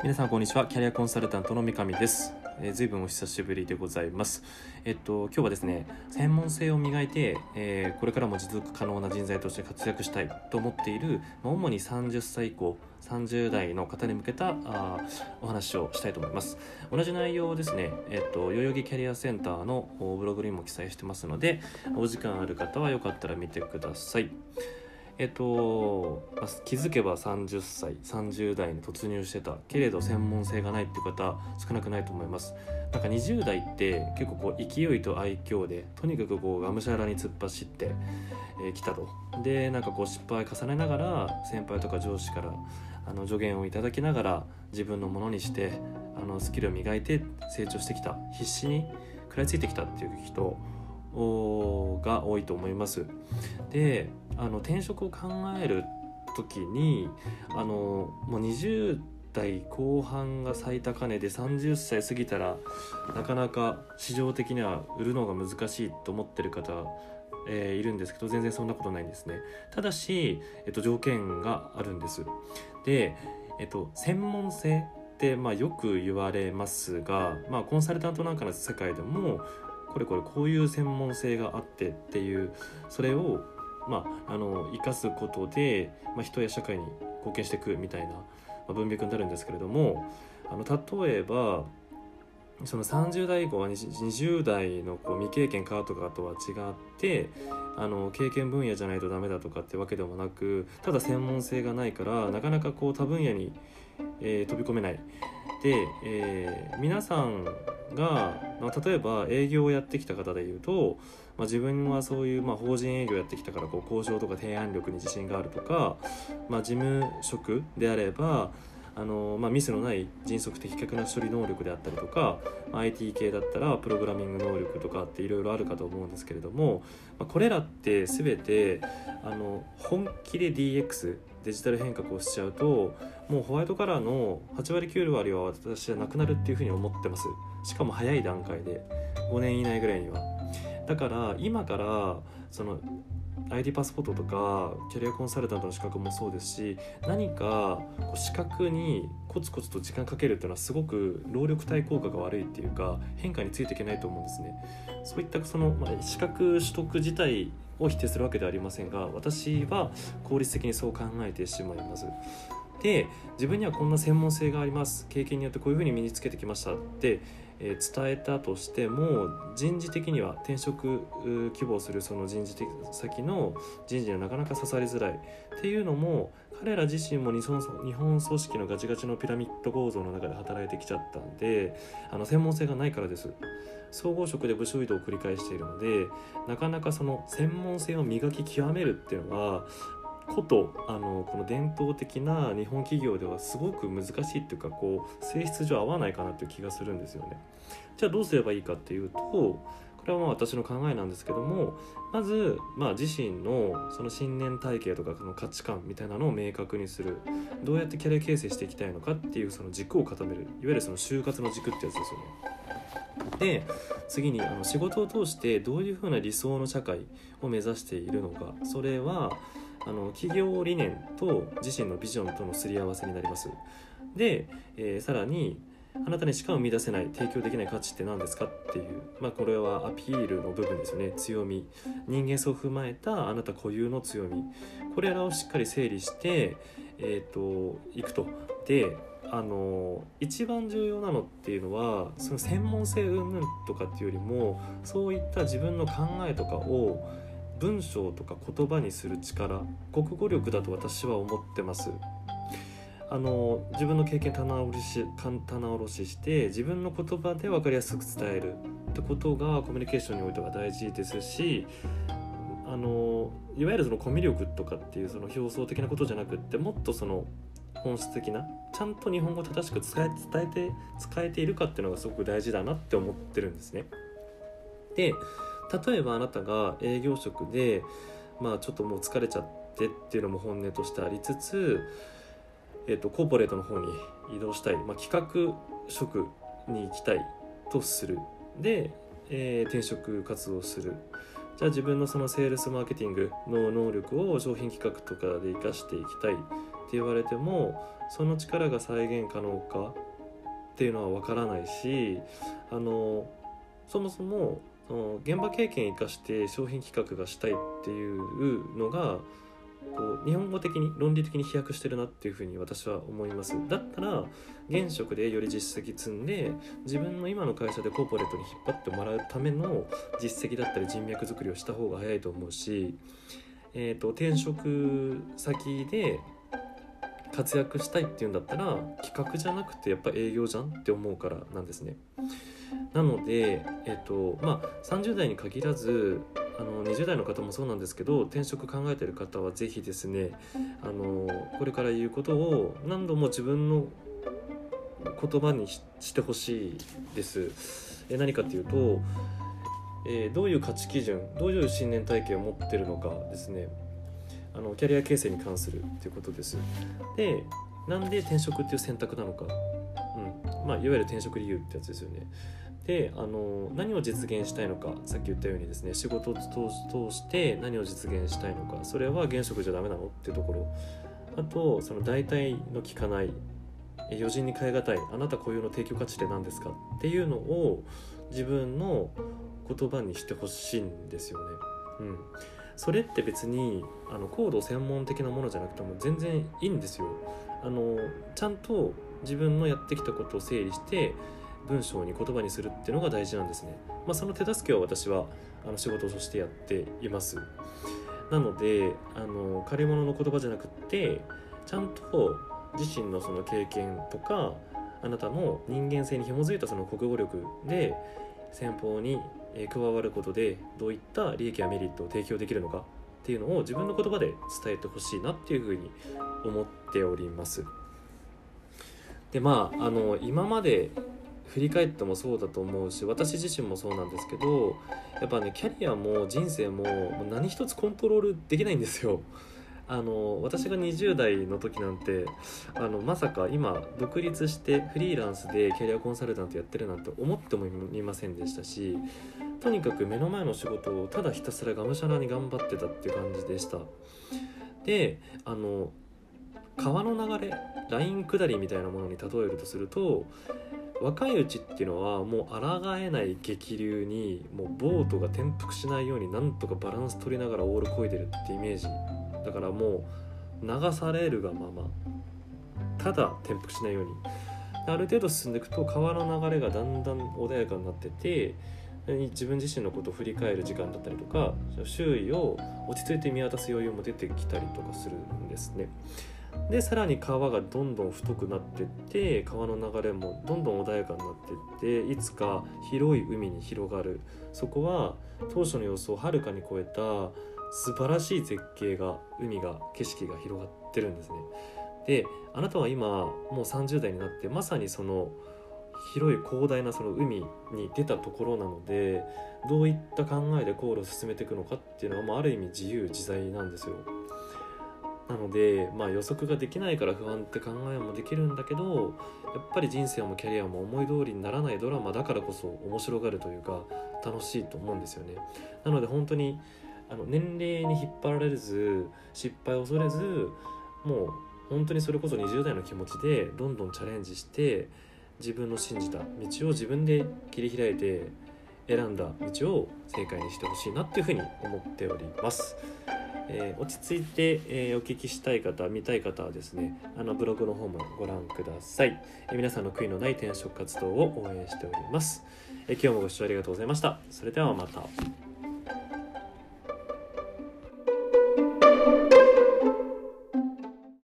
皆さんこんにちは。キャリアコンサルタントの三上です。随分お久しぶりでございます。今日はですね、専門性を磨いて、これからも持続可能な人材として活躍したいと思っている、主に30歳以降30代の方に向けたお話をしたいと思います。同じ内容をですね、代々木キャリアセンターのブログにも記載してますので、お時間ある方はよかったら見てください。気づけば30歳30代に突入してたけれど専門性がないっていう方少なくないと思います。なんか20代って結構勢いと愛嬌でとにかくがむしゃらに突っ走ってきたと。でなんか失敗重ねながら先輩とか上司から助言をいただきながら自分のものにしてスキルを磨いて成長してきた、必死に食らいついてきたっていう人が多いと思います。で転職を考える時にもう20代後半が最高値で30歳過ぎたらなかなか市場的には売るのが難しいと思ってる方いるんですけど、全然そんなことないんですね。ただし、条件があるんです。で、専門性ってよく言われますが、コンサルタントなんかの世界でもこういう専門性があってっていう、それを生かすことで、人や社会に貢献していくみたいな、文脈になるんですけれども、例えばその30代以降は20代の未経験かとかとは違って経験分野じゃないとダメだとかってわけでもなく、ただ専門性がないからなかなか多分野に、飛び込めないで、皆さんが、例えば営業をやってきた方でいうと、自分はそういう、法人営業やってきたから交渉とか提案力に自信があるとか、事務職であればミスのない迅速的確な処理能力であったりとか、IT 系だったらプログラミング能力とかっていろいろあるかと思うんですけれども、これらって全て本気で DX デジタル変革をしちゃうと、もうホワイトカラーの8割9割は私はなくなるっていうふうに思ってます。しかも早い段階で5年以内ぐらいには。だから今からID パスポートとかキャリアコンサルタントの資格もそうですし、何か資格にコツコツと時間かけるっていうのはすごく労力対効果が悪いっていうか、変化についていけないと思うんですね。そういった資格取得自体を否定するわけではありませんが、私は効率的にそう考えてしまいます。で、自分にはこんな専門性があります、経験によってこういうふうに身につけてきましたって伝えたとしても、人事的には転職希望するその人事的先の人事にはなかなか刺さりづらいっていうのも、彼ら自身も日本組織のガチガチのピラミッド構造の中で働いてきちゃったんで、専門性がないからです。総合職で部署移動を繰り返しているので、なかなかその専門性を磨き極めるっていうのはこの伝統的な日本企業ではすごく難しいっていうか、性質上合わないかなっていう気がするんですよね。じゃあどうすればいいかっていうと、これは私の考えなんですけども、まず自身のその信念体系とかその価値観みたいなのを明確にする。どうやってキャリア形成していきたいのかっていうその軸を固める、いわゆるその就活の軸ってやつですよね。で次に仕事を通してどういうふうな理想の社会を目指しているのか、それは企業理念と自身のビジョンとのすり合わせになります。で、さらにあなたにしか生み出せない提供できない価値って何ですかっていう、これはアピールの部分ですよね。強み、人間性を踏まえたあなた固有の強み、これらをしっかり整理していくと。で一番重要なのっていうのは、その専門性云々とかっていうよりも、そういった自分の考えとかを文章とか言葉にする力、国語力だと私は思ってます。自分の経験棚卸しして自分の言葉で分かりやすく伝えるってことがコミュニケーションにおいては大事ですし、いわゆるそのコミュ力とかっていうその表層的なことじゃなくって、もっとその本質的な、ちゃんと日本語を正しく使えているかっていうのがすごく大事だなって思ってるんですね。で、例えばあなたが営業職でちょっともう疲れちゃってっていうのも本音としてありつつ、コーポレートの方に移動したい、企画職に行きたいとする。で、転職活動する。じゃあ自分のそのセールスマーケティングの能力を商品企画とかで活かしていきたいっ言われてもその力が再現可能かっていうのは分からないし、そもそも現場経験を生かして商品企画がしたいっていうのがこう日本語的に論理的に飛躍してるなっていうふうに私は思います。だったら現職でより実績積んで自分の今の会社でコーポレートに引っ張ってもらうための実績だったり人脈作りをした方が早いと思うし、転職先で活躍したいっていうんだったら企画じゃなくてやっぱ営業じゃんって思うからなんですね。なので、30代に限らず20代の方もそうなんですけど、転職考えている方はぜひですね、これから言うことを何度も自分の言葉にしてほしいです。何かっていうと、どういう価値基準、どういう信念体系を持っているのかですね、キャリア形成に関するということです。で、なんで転職っていう選択なのか、いわゆる転職理由ってやつですよね。で、何を実現したいのか、さっき言ったようにですね、仕事を通して何を実現したいのか、それは現職じゃダメなのっていうところ、あとその代替の効かない余人に代え難いあなた固有の提供価値って何ですかっていうのを自分の言葉にしてほしいんですよね。それって別に高度専門的なものじゃなくても全然いいんですよ。ちゃんと自分のやってきたことを整理して文章に言葉にするっていうのが大事なんですね。その手助けを私は仕事としてやっています。なので借り物の言葉じゃなくってちゃんと自身のその経験とかあなたの人間性に紐づいたその国語力で先方に加わることでどういった利益やメリットを提供できるのかっていうのを自分の言葉で伝えてほしいなっていうふうに思っております。で今まで振り返ってもそうだと思うし、私自身もそうなんですけど、やっぱねキャリアも人生も何一つコントロールできないんですよ。私が20代の時なんてまさか今独立してフリーランスでキャリアコンサルタントやってるなんて思ってもみませんでしたし、とにかく目の前の仕事をただひたすらがむしゃらに頑張ってたっていう感じでした。で川の流れライン下りみたいなものに例えるとすると、若いうちっていうのはもう抗えない激流にもうボートが転覆しないようになんとかバランス取りながらオール漕いでるってイメージだから、もう流されるがままただ転覆しないようにある程度進んでいくと川の流れがだんだん穏やかになってて、自分自身のことを振り返る時間だったりとか周囲を落ち着いて見渡す余裕も出てきたりとかするんですね。でさらに川がどんどん太くなっていって川の流れもどんどん穏やかになっていって、いつか広い海に広がる、そこは当初の様子をはるかに超えた素晴らしい絶景が景色が広がってるんですね。であなたは今もう30代になってまさにその広い広大なその海に出たところなので、どういった考えで航路を進めていくのかっていうのはある意味自由自在なんですよ。なので予測ができないから不安って考えもできるんだけど、やっぱり人生もキャリアも思い通りにならないドラマだからこそ面白がるというか楽しいと思うんですよね。なので本当に年齢に引っ張られず失敗を恐れず、もう本当にそれこそ20代の気持ちでどんどんチャレンジして自分の信じた道を自分で切り開いて選んだ道を正解にしてほしいなっていうふうに思っております。落ち着いて、お聞きしたい方見たい方はですねブログの方もご覧ください。皆さんの悔いのない転職活動を応援しております。今日もご視聴ありがとうございました。それではまた。